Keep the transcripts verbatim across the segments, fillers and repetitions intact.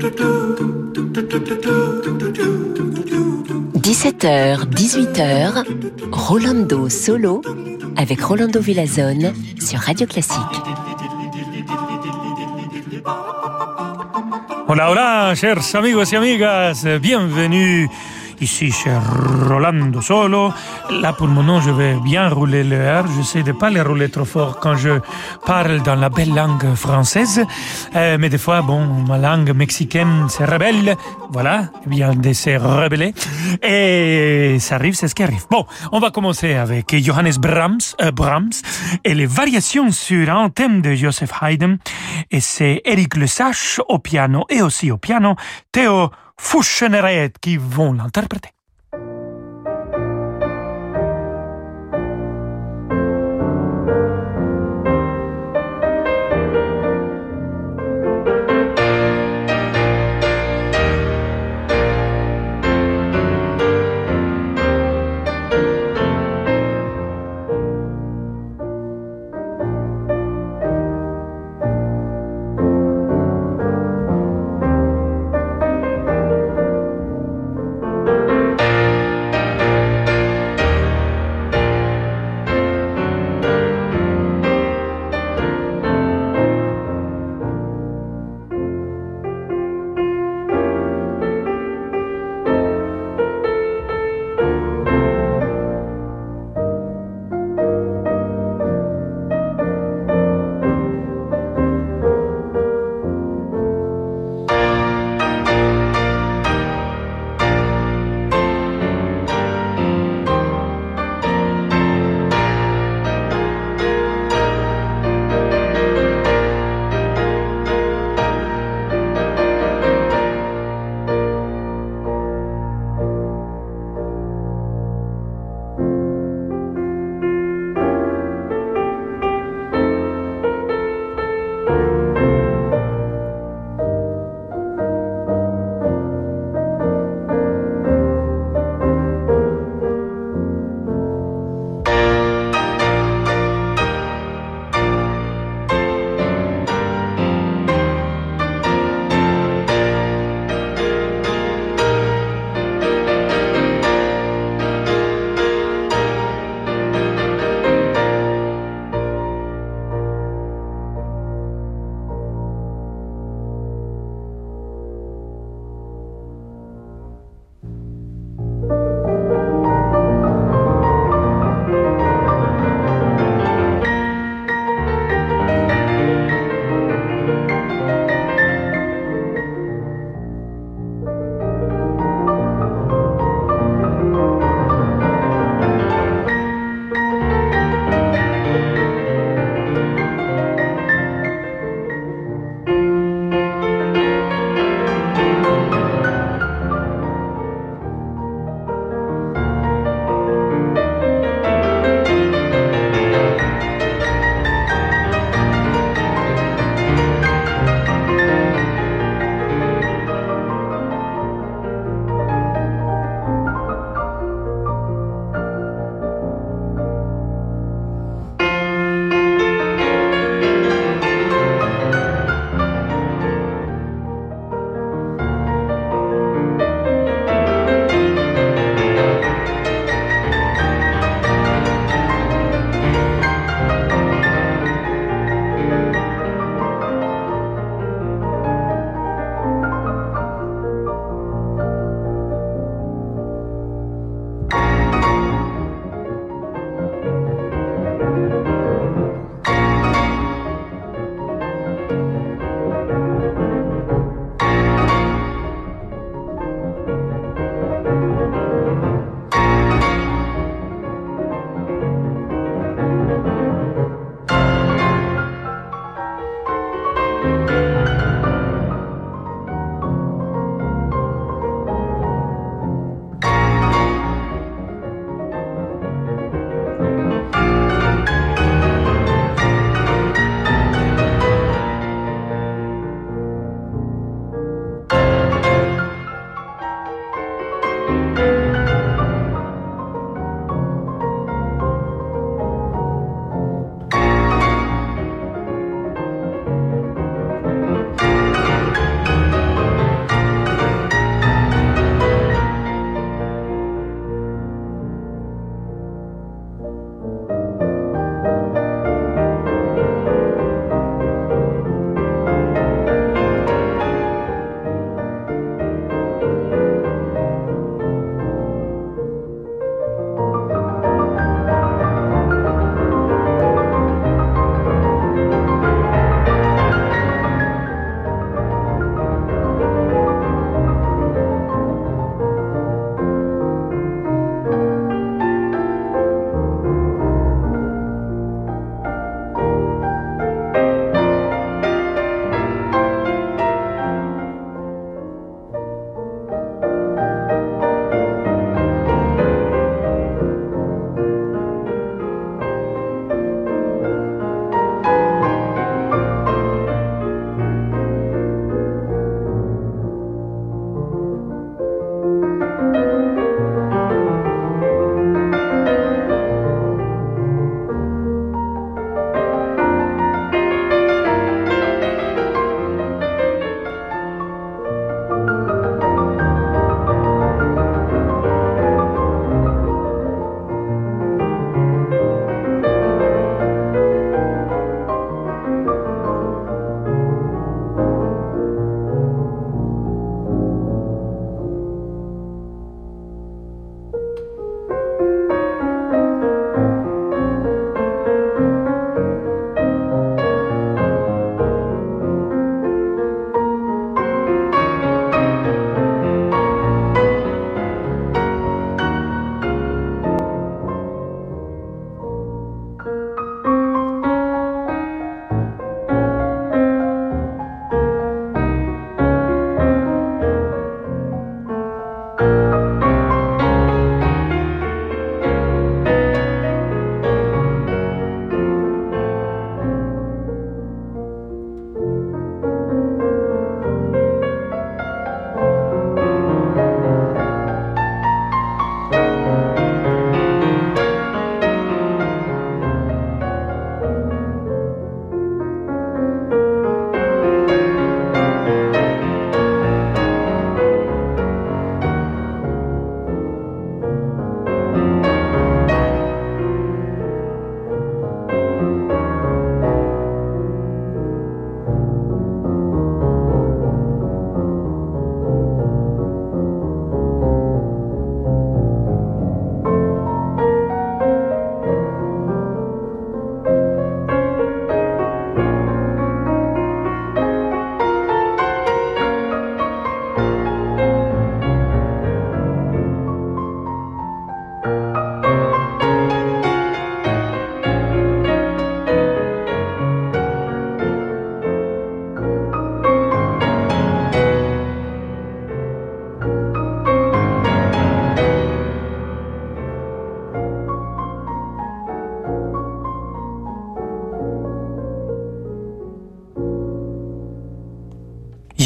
dix-sept heures, dix-huit heures, Rolando Solo avec Rolando Villazone sur Radio Classique. Hola, hola, chers amigos y amigas, bienvenue ici chez Rolando Solo. Là, pour le moment, je vais bien rouler le R. J'essaie de ne pas le rouler trop fort quand je parle dans la belle langue française. Euh, mais des fois, bon, ma langue mexicaine se rebelle. Voilà, bien de se rebeller. Et ça arrive, c'est ce qui arrive. Bon, on va commencer avec Johannes Brahms, euh, Brahms et les variations sur un thème de Joseph Haydn. Et c'est Éric Lesage au piano et aussi au piano Théo Foucheneret qui vont l'interpréter. Thank you.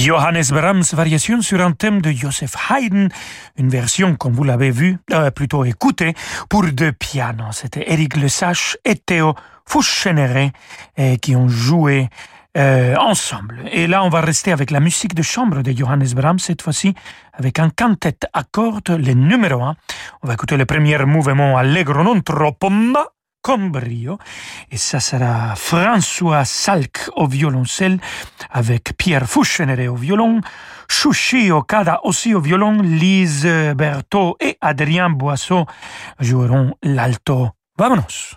Johannes Brahms, variation sur un thème de Joseph Haydn, une version, comme vous l'avez vu, euh, plutôt écoutée, pour deux pianos. C'était Éric Lesage et Théo Foucheneret euh, qui ont joué euh, ensemble. Et là, on va rester avec la musique de chambre de Johannes Brahms, cette fois-ci avec un quintet à cordes, le numéro un. On va écouter le premier mouvement Allegro non troppo, ma con brio, et ça sera François Salk au violoncelle avec Pierre Foucheneret au violon, Shushi Okada aussi au violon, Lise Berthaud et Adrien Boisseau joueront l'alto. Vamonos!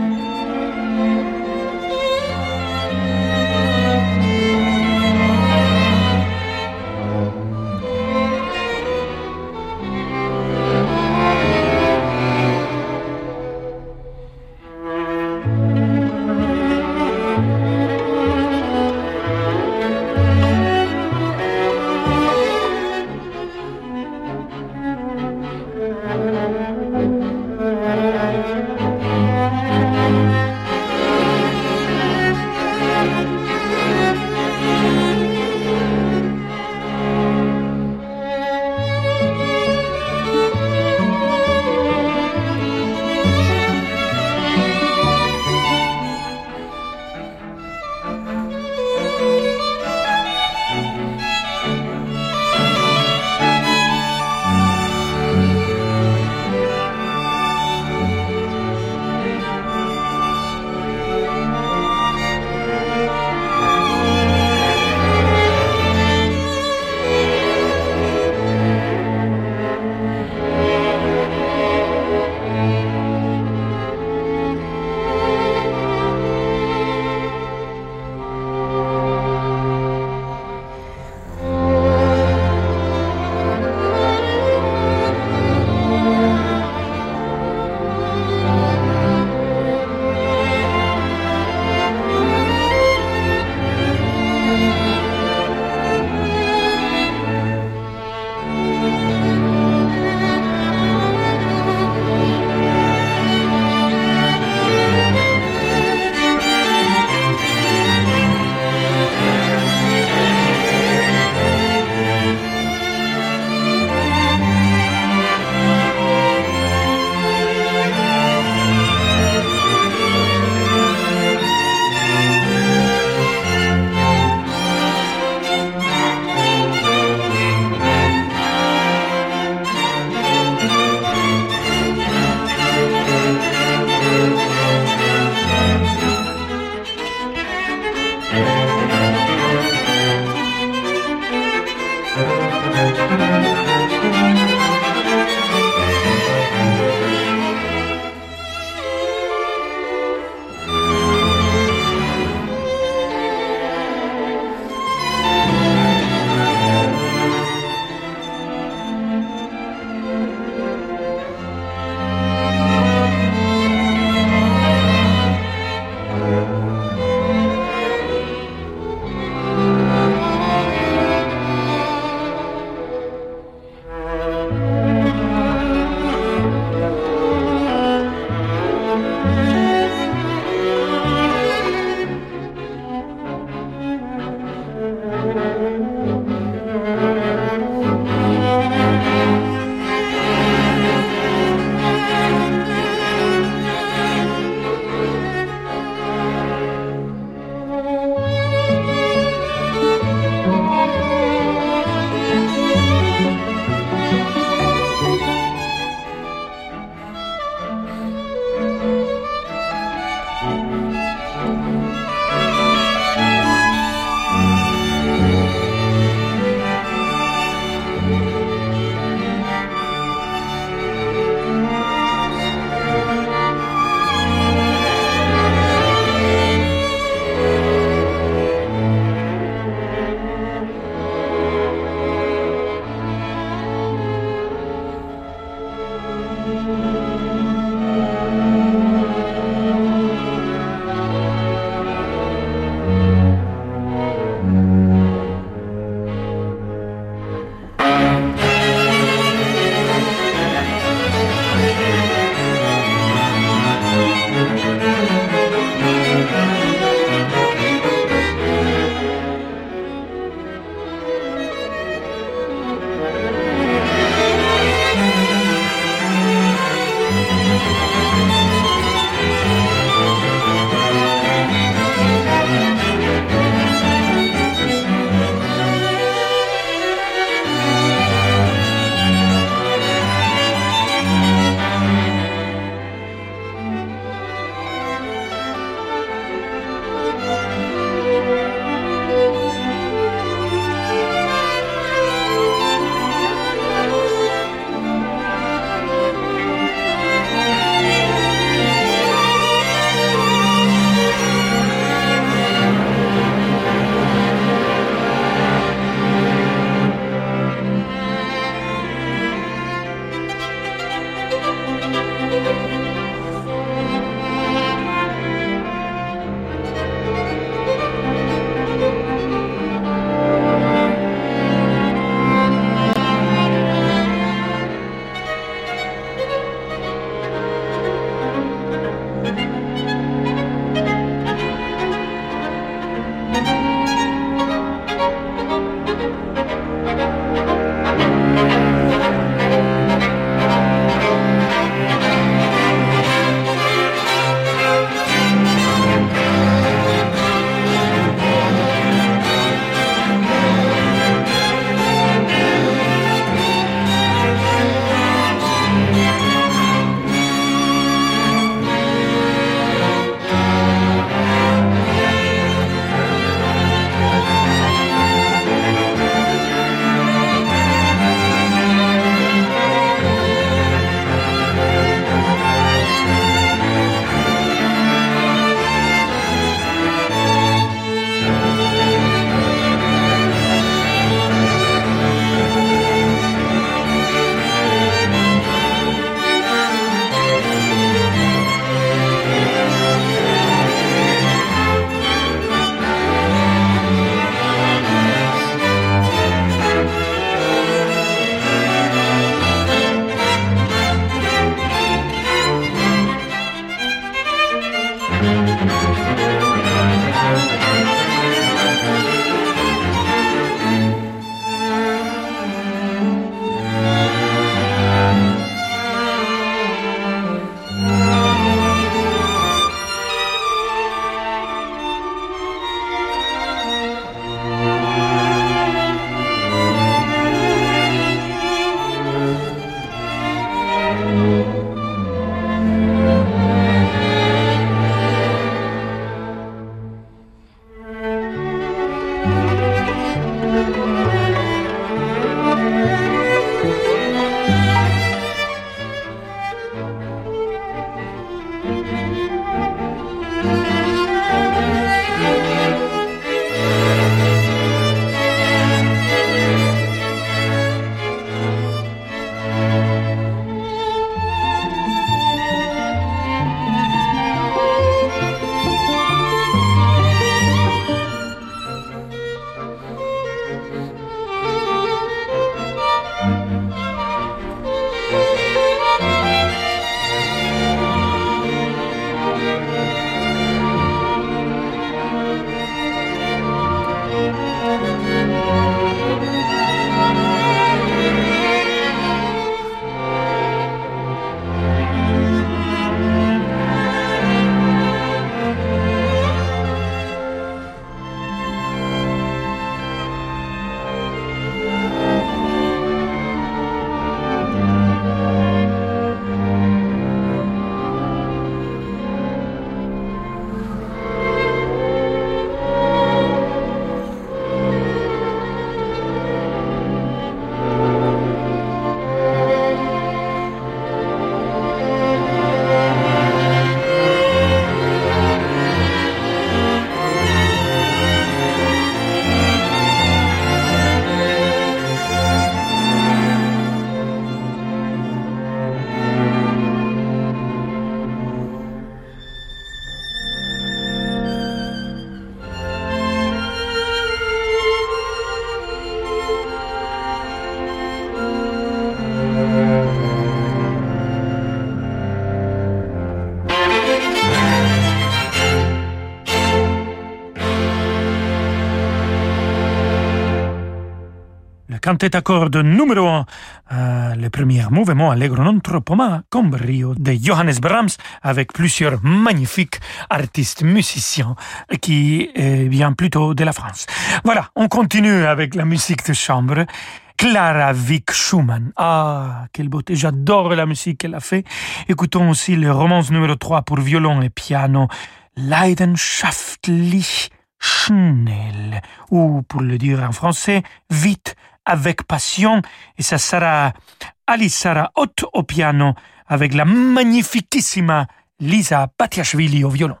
le cantate à cordes numéro un, euh, le premier mouvement Allegro non troppo ma con brio de Johannes Brahms avec plusieurs magnifiques artistes musiciens qui euh, viennent plutôt de la France. Voilà, on continue avec la musique de chambre. Clara Wieck Schumann. Ah, quelle beauté, j'adore la musique qu'elle a fait. Écoutons aussi le romance numéro trois pour violon et piano, Leidenschaftlich Schnell, ou pour le dire en français, vite, avec passion, et ça sera Alisara Ott au piano avec la magnificissima Lisa Batiashvili au violon.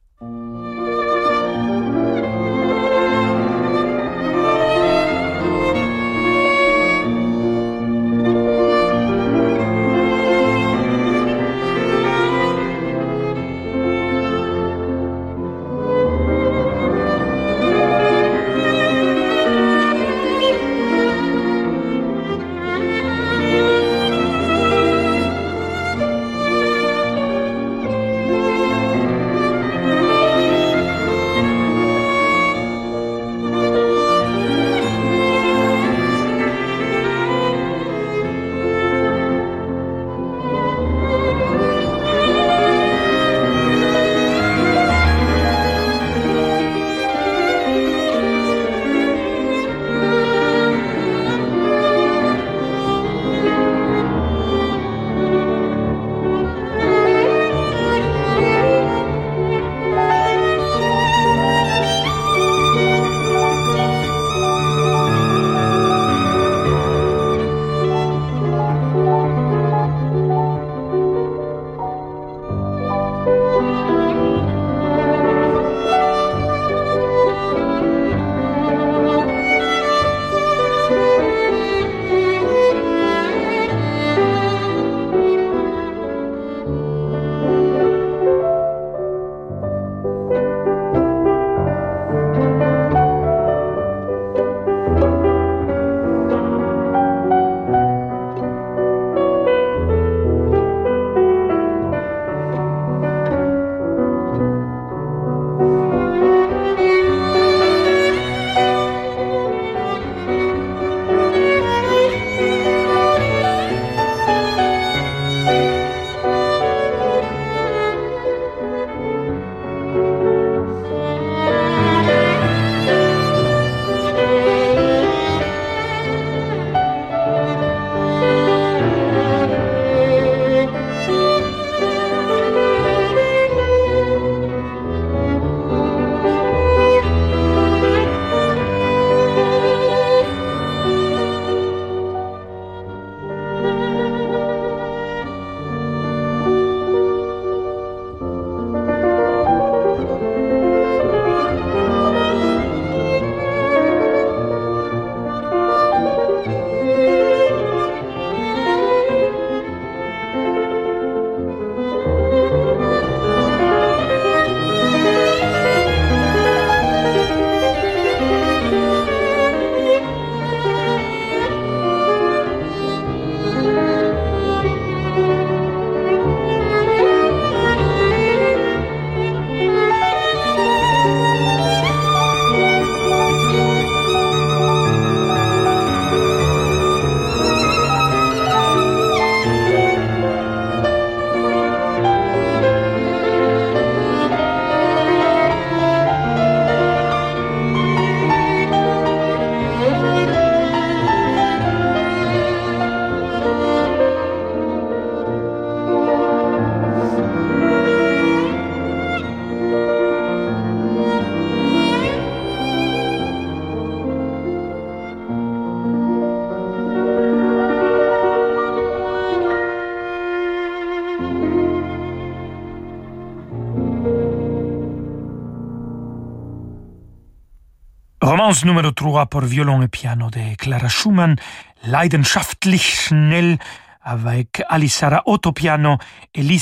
Romance numéro trois pour violon et piano de Clara Schumann, Leidenschaftlich Schnell avec Alisara Ott au piano et Lisa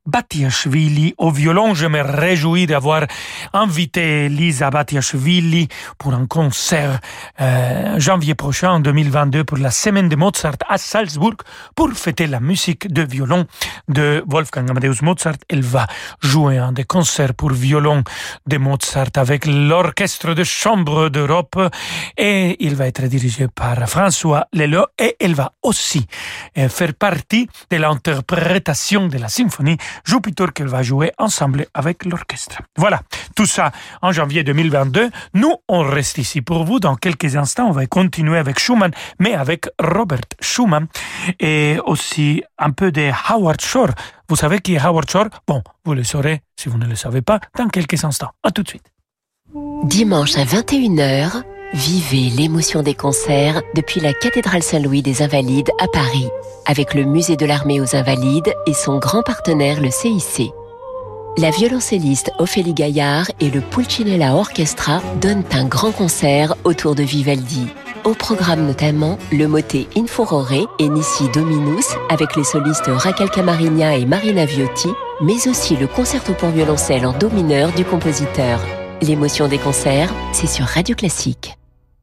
Batiashvili au violon. Je me réjouis d'avoir invité Lisa Batiashvili pour un concert euh, janvier prochain, en deux mille vingt-deux, pour la semaine de Mozart à Salzbourg, pour fêter la musique de violon de Wolfgang Amadeus Mozart. Elle va jouer un des concerts pour violon de Mozart avec l'Orchestre de Chambre d'Europe et il va être dirigé par François Leleu et elle va aussi euh, faire partie de l'interprétation de la symphonie Jupiter qu'elle va jouer ensemble avec l'orchestre. Voilà, tout ça en janvier deux mille vingt-deux. Nous, on reste ici pour vous. Dans quelques instants, on va continuer avec Schumann, mais avec Robert Schumann et aussi un peu de Howard Shore. Vous savez qui est Howard Shore? Bon, vous le saurez si vous ne le savez pas dans quelques instants. À tout de suite. Dimanche à vingt et une heures, vivez l'émotion des concerts depuis la cathédrale Saint-Louis des Invalides à Paris, avec le Musée de l'Armée aux Invalides et son grand partenaire, le C I C. La violoncelliste Ophélie Gaillard et le Pulcinella Orchestra donnent un grand concert autour de Vivaldi. Au programme notamment le motet In Furore et Nissi Dominus avec les solistes Raquel Camarigna et Marina Viotti, mais aussi le concerto pour violoncelle en do mineur du compositeur. L'émotion des concerts, c'est sur Radio Classique.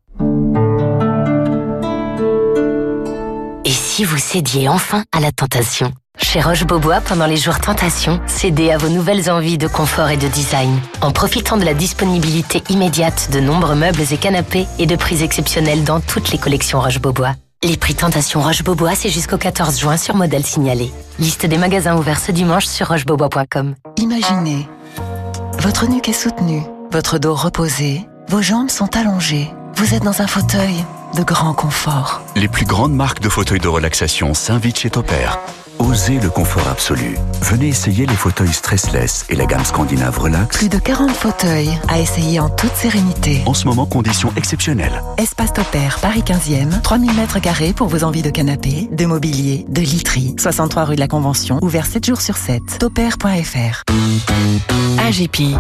Et si vous cédiez enfin à la tentation ? Chez Roche-Beaubois, pendant les jours Tentation, cédez à vos nouvelles envies de confort et de design. En profitant de la disponibilité immédiate de nombreux meubles et canapés et de prix exceptionnels dans toutes les collections Roche-Beaubois. Les prix Tentation Roche-Beaubois, c'est jusqu'au quatorze juin sur modèle signalé. Liste des magasins ouverts ce dimanche sur rochebeaubois point com. Imaginez, votre nuque est soutenue, votre dos reposé, vos jambes sont allongées. Vous êtes dans un fauteuil de grand confort. Les plus grandes marques de fauteuils de relaxation s'invitent chez Topair. Osez le confort absolu. Venez essayer les fauteuils stressless et la gamme scandinave Relax. Plus de quarante fauteuils à essayer en toute sérénité. En ce moment, conditions exceptionnelles. Espace Topair, Paris quinzième, trois mille mètres carrés pour vos envies de canapé, de mobilier, de literie. soixante-trois rue de la Convention, ouvert sept jours sur sept. Topair point f r. A G P.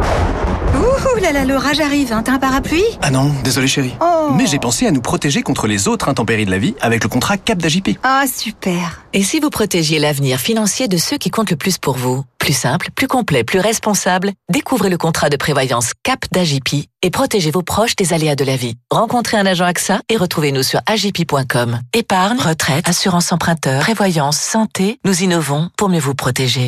Ouh là là, l'orage arrive, hein. T'as un parapluie? Ah non, désolé chérie. Oh. Mais j'ai pensé à nous protéger contre les autres intempéries de la vie avec le contrat Cap d'A J P. Ah, super. Et si vous protégiez l'avenir financier de ceux qui comptent le plus pour vous? Plus simple, plus complet, plus responsable, découvrez le contrat de prévoyance Cap d'A J P et protégez vos proches des aléas de la vie. Rencontrez un agent A X A et retrouvez-nous sur A J P point com. Épargne, retraite, assurance emprunteur, prévoyance, santé, nous innovons pour mieux vous protéger.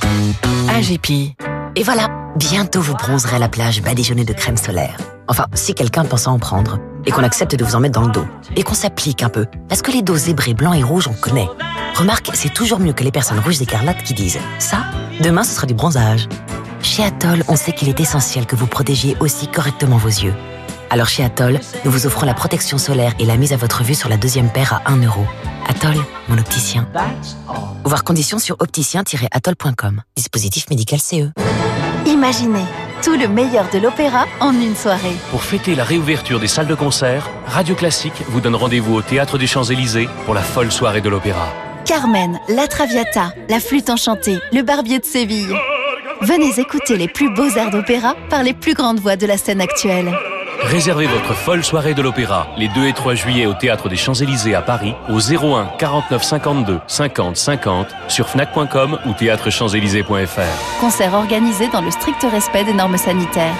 A J P. Et voilà, bientôt vous bronzerez à la plage badigeonnée de crème solaire. Enfin, si quelqu'un pense à en prendre, et qu'on accepte de vous en mettre dans le dos, et qu'on s'applique un peu, parce que les dos zébrés blancs et rouges, on connaît. Remarque, c'est toujours mieux que les personnes rouges écarlates qui disent « ça, demain ce sera du bronzage ». Chez Atoll, on sait qu'il est essentiel que vous protégiez aussi correctement vos yeux. Alors chez Atoll, nous vous offrons la protection solaire et la mise à votre vue sur la deuxième paire à un euro. Atoll, mon opticien. Voir conditions sur opticien tiret atoll point com. Dispositif médical C E. Imaginez tout le meilleur de l'opéra en une soirée. Pour fêter la réouverture des salles de concert, Radio Classique vous donne rendez-vous au Théâtre des Champs-Élysées pour la folle soirée de l'opéra. Carmen, La Traviata, La Flûte enchantée, Le Barbier de Séville. Venez écouter les plus beaux airs d'opéra par les plus grandes voix de la scène actuelle. Réservez votre folle soirée de l'opéra les deux et trois juillet au Théâtre des Champs-Élysées à Paris au zéro un quarante-neuf cinquante-deux cinquante cinquante sur fnac point com ou théâtre champs élysées point f r. Concert organisé dans le strict respect des normes sanitaires.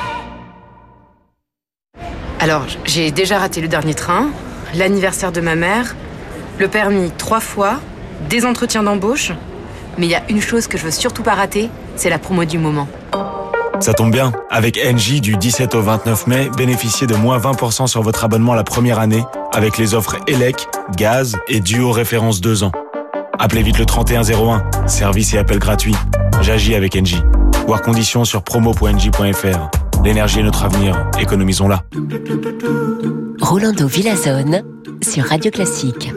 Alors, j'ai déjà raté le dernier train, l'anniversaire de ma mère, le permis trois fois, des entretiens d'embauche. Mais il y a une chose que je veux surtout pas rater, c'est la promo du moment. Ça tombe bien. Avec Engie, du dix-sept au vingt-neuf mai, bénéficiez de moins vingt pour cent sur votre abonnement la première année avec les offres E L E C, gaz et duo référence deux ans. Appelez vite le trente et un zéro un. Service et appel gratuit. J'agis avec Engie. Voir conditions sur promo point engie point f r. L'énergie est notre avenir. Économisons-la. Rolando Villazone sur Radio Classique.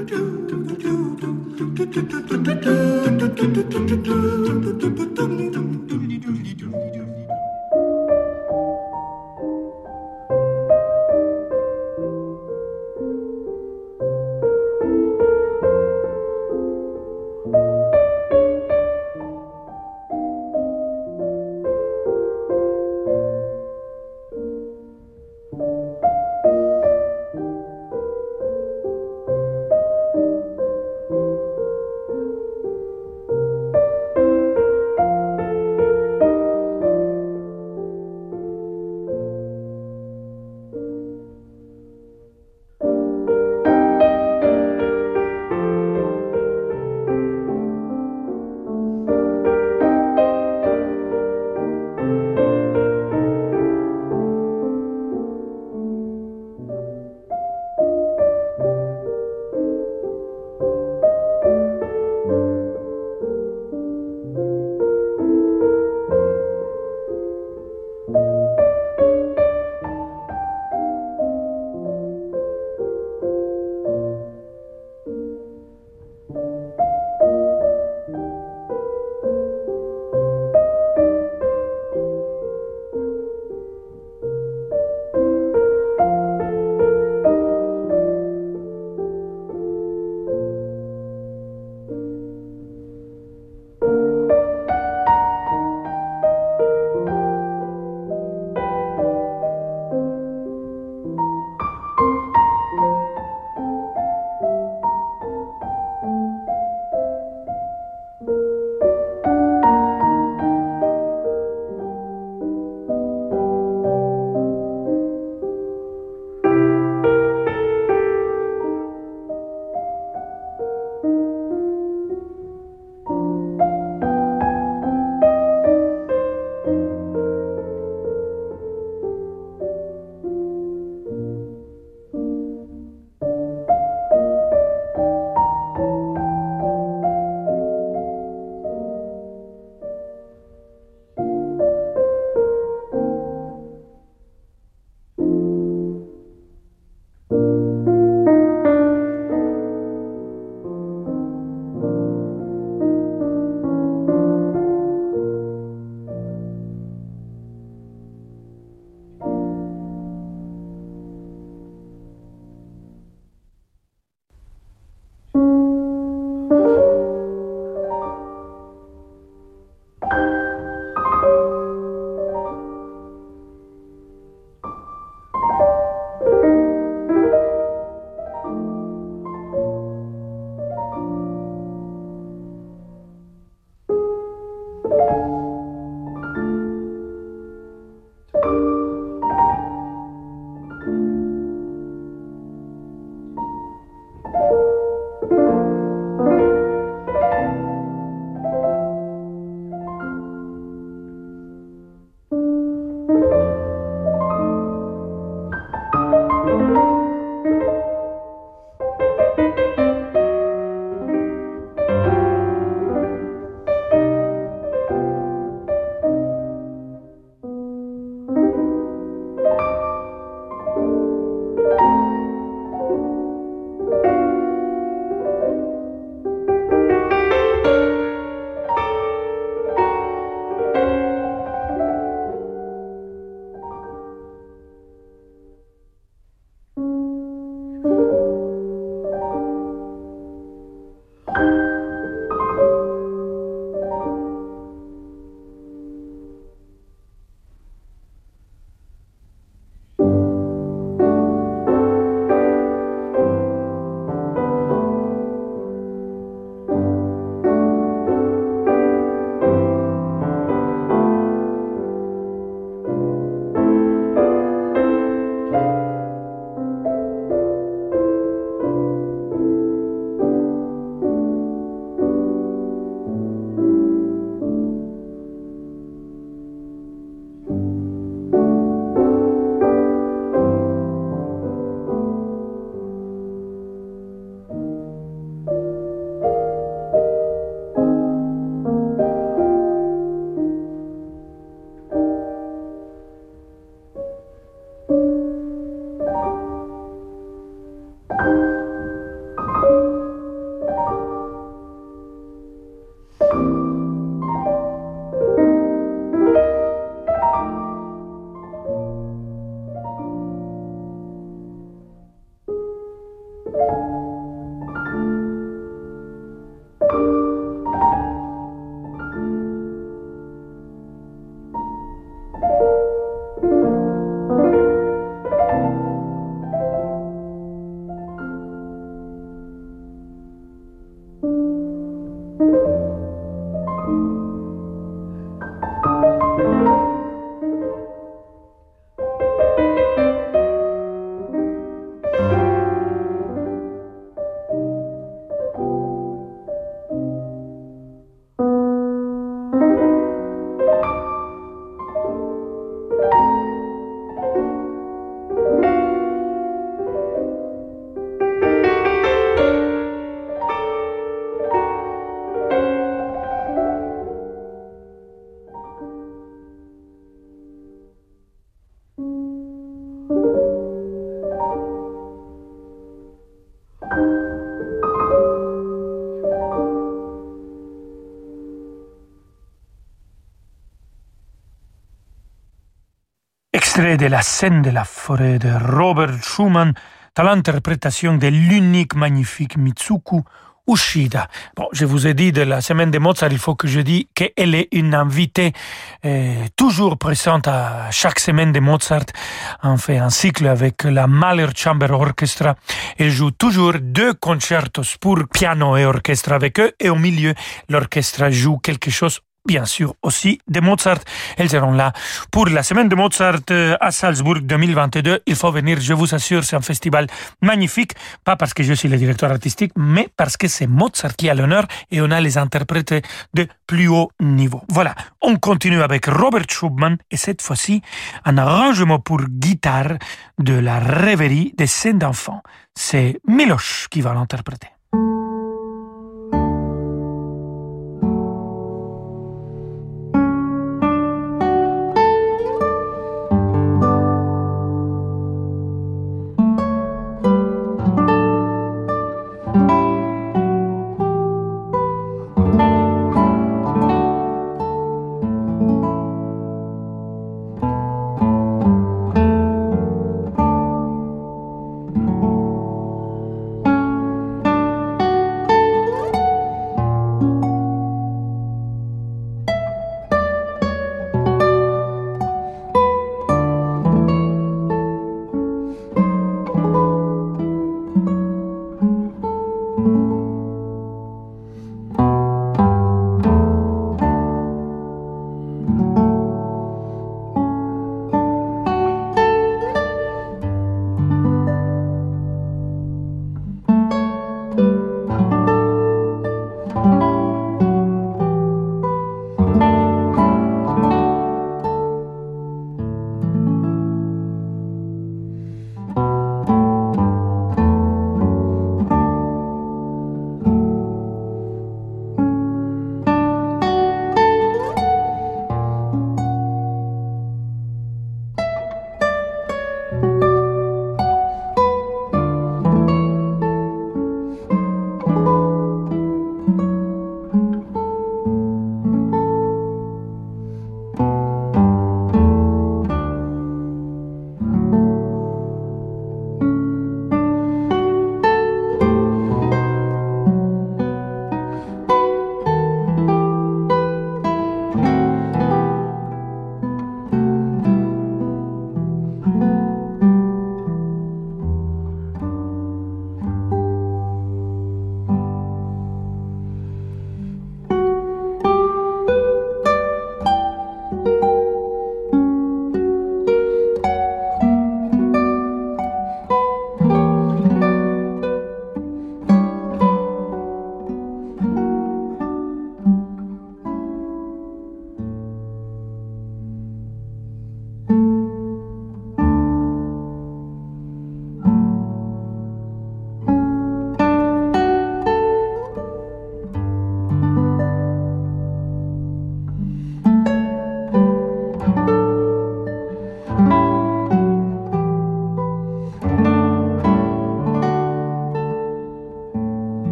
Extrait de la scène de la forêt de Robert Schumann dans l'interprétation de l'unique magnifique Mitsuko Uchida. Bon, je vous ai dit de la semaine de Mozart, il faut que je dise qu'elle est une invitée euh, toujours présente à chaque semaine de Mozart. On fait un cycle avec la Mahler Chamber Orchestra. Elle joue toujours deux concertos pour piano et orchestre avec eux, et au milieu, l'orchestre joue quelque chose bien sûr aussi de Mozart. Elles seront là pour la semaine de Mozart à Salzbourg deux mille vingt-deux. Il faut venir, je vous assure, c'est un festival magnifique, pas parce que je suis le directeur artistique, mais parce que c'est Mozart qui a l'honneur et on a les interprètes de plus haut niveau. Voilà, on continue avec Robert Schumann et cette fois-ci un arrangement pour guitare de la rêverie des scènes d'enfants. C'est Miloš qui va l'interpréter.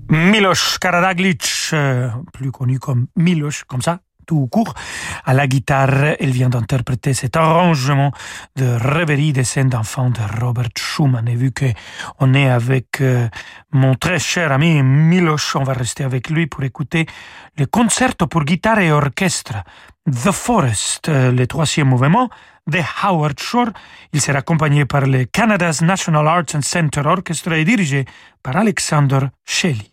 Miloš Karađagić, euh, plus connu comme Miloš, comme ça, tout court, à la guitare. Elle vient d'interpréter cet arrangement de Rêverie des scènes d'enfants de Robert Schumann. Et vu que on est avec euh, mon très cher ami Miloš, on va rester avec lui pour écouter le concerto pour guitare et orchestre The Forest, euh, le troisième mouvement de Howard Shore. Il sera accompagné par le Canada's National Arts and Center Orchestra et dirigé par Alexander Shelley.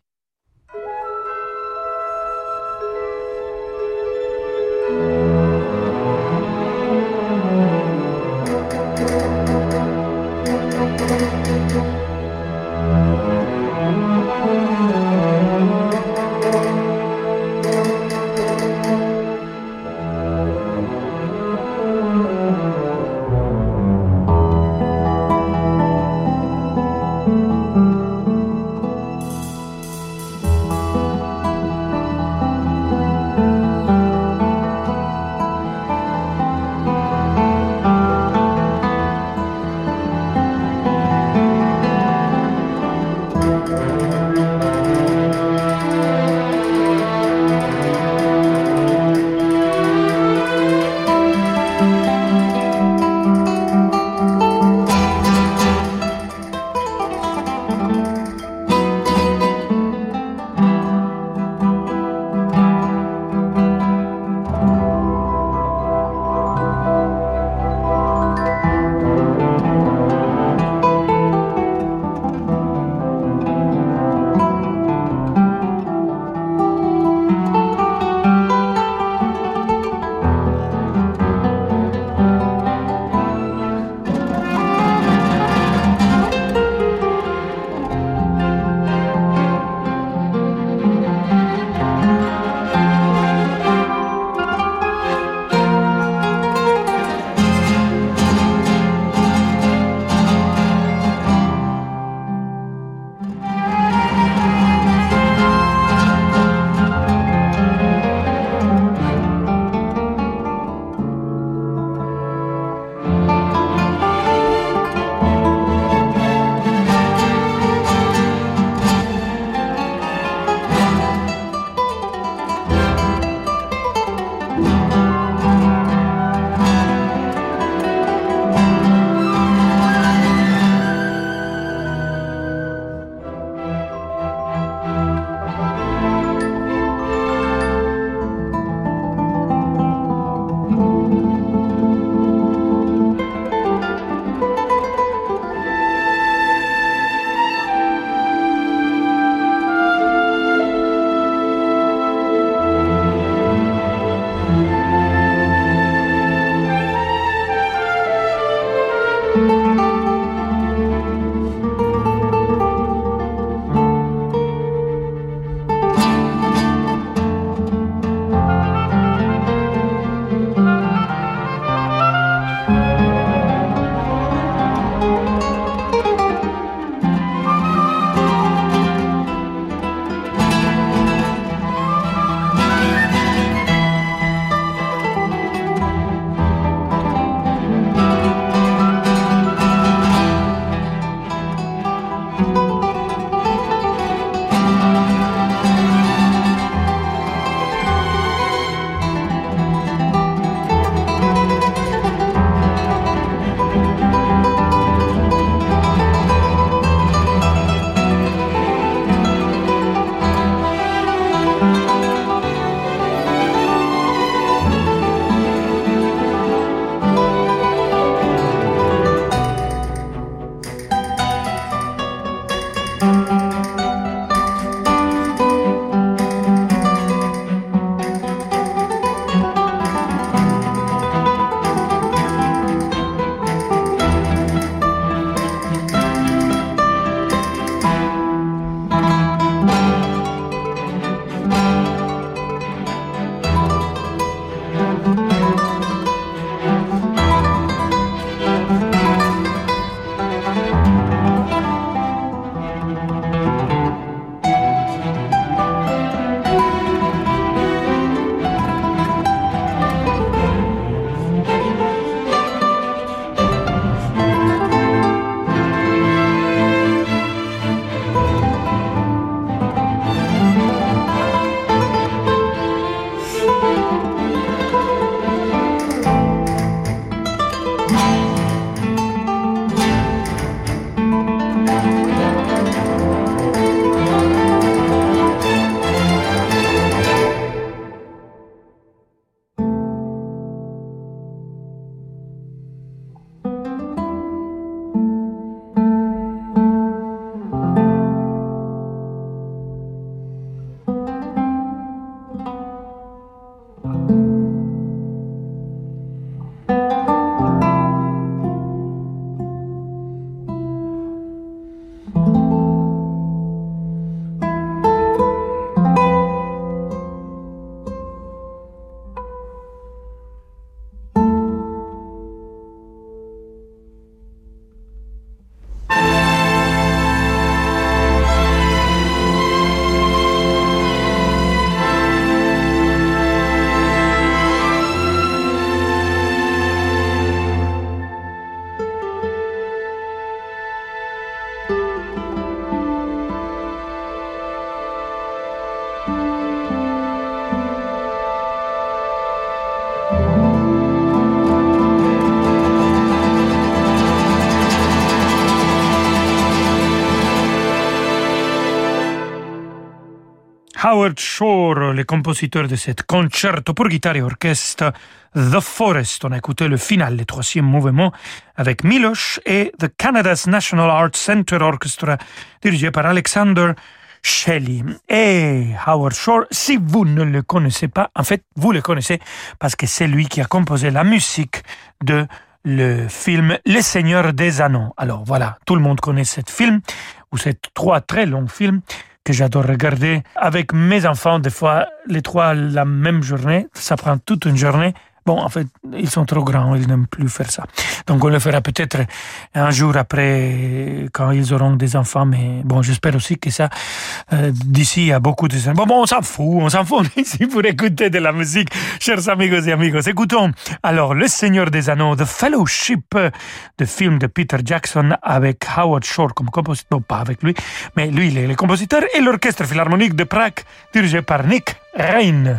Howard Shore, le compositeur de cet concerto pour guitare et orchestre The Forest. On a écouté le final, le troisième mouvement, avec Miloš et The Canada's National Arts Centre Orchestra, dirigé par Alexander Shelley. Et Howard Shore, si vous ne le connaissez pas, en fait, vous le connaissez parce que c'est lui qui a composé la musique de le film Le Seigneur des Anneaux. Alors voilà, tout le monde connaît ce film, ou ces trois très longs films que j'adore regarder avec mes enfants, des fois les trois la même journée, ça prend toute une journée. Bon, en fait, ils sont trop grands, ils n'aiment plus faire ça. Donc on le fera peut-être un jour après, quand ils auront des enfants, mais bon, j'espère aussi que ça, euh, d'ici, il y a beaucoup de... Bon, bon, on s'en fout, on s'en fout ici pour écouter de la musique, chers amigos et amigos. Écoutons alors Le Seigneur des Anneaux, The Fellowship, de film de Peter Jackson avec Howard Shore comme compositeur, non pas avec lui, mais lui, il est le compositeur, et l'Orchestre Philharmonique de Prague, dirigé par Nick Rein.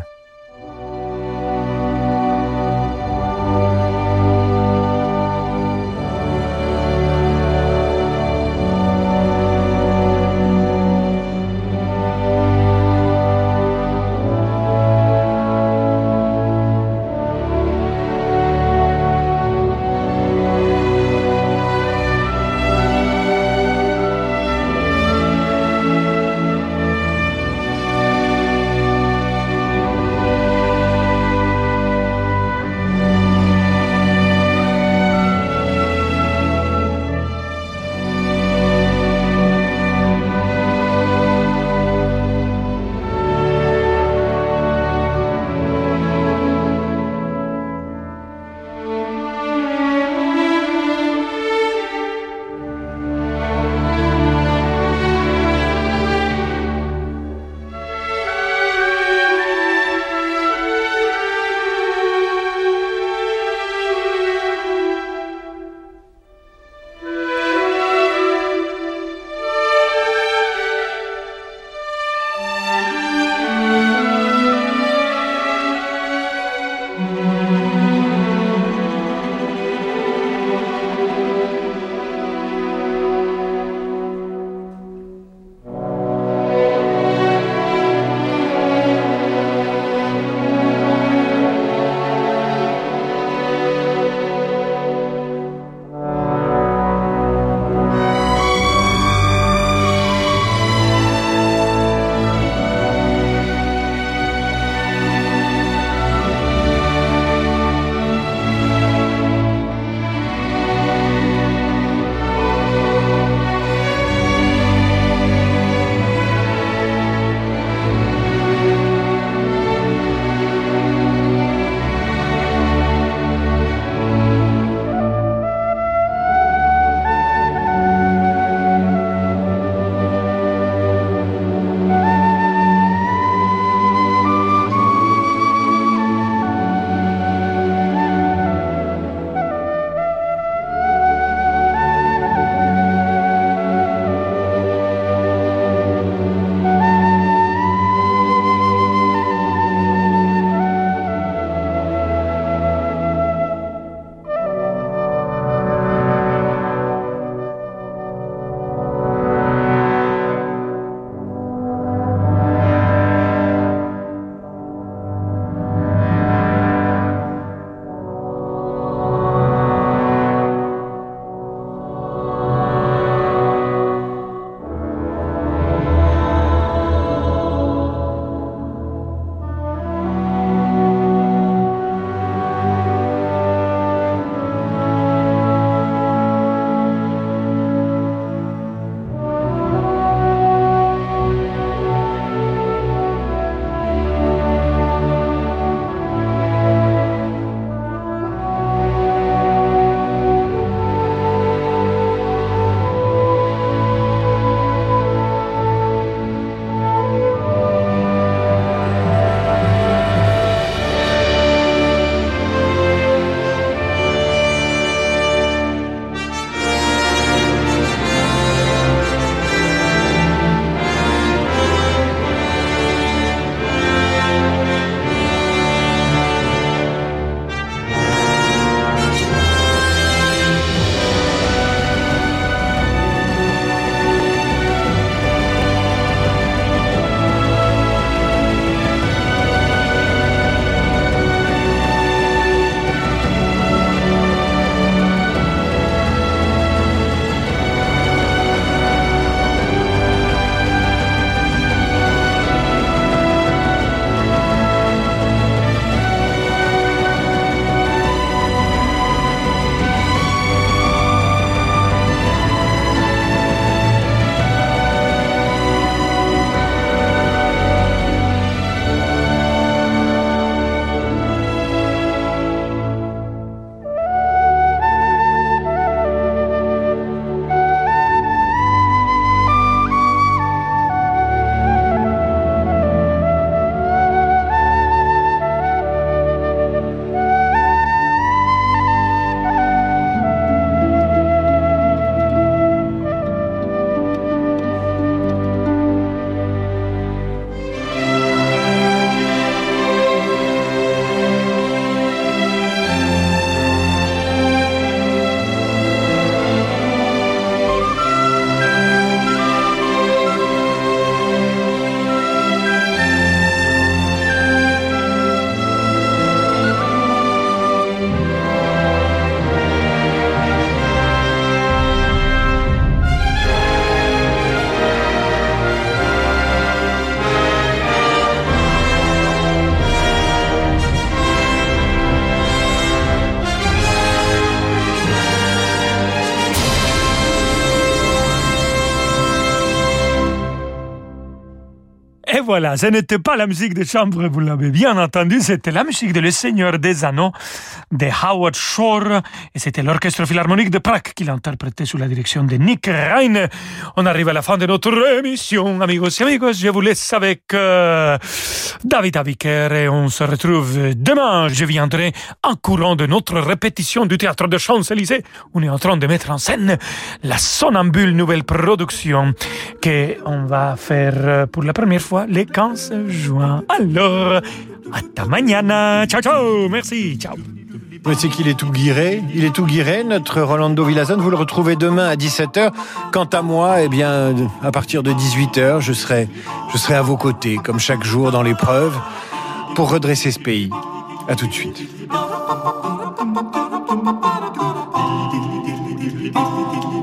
Et voilà, ce n'était pas la musique de chambre, vous l'avez bien entendu, c'était la musique de Le Seigneur des Anneaux de Howard Shore, et c'était l'Orchestre Philharmonique de Prague qui l'interprétait sous la direction de Nick Rein. On arrive à la fin de notre émission, amigos et amigos, je vous laisse avec euh, David Aviker, et on se retrouve demain. Je viendrai en courant de notre répétition du Théâtre de Champs-Élysées. On est en train de mettre en scène la Somnambule, nouvelle production qu'on va faire pour la première fois le quinze juin. Alors, hasta mañana. Ciao, ciao. Merci. Ciao. Mais c'est qu'il est tout guiré. Il est tout guiré, notre Rolando Villazone. Vous le retrouvez demain à dix-sept heures. Quant à moi, eh bien, à partir de dix-huit heures, je serai, je serai à vos côtés, comme chaque jour dans l'épreuve, pour redresser ce pays. À tout de suite.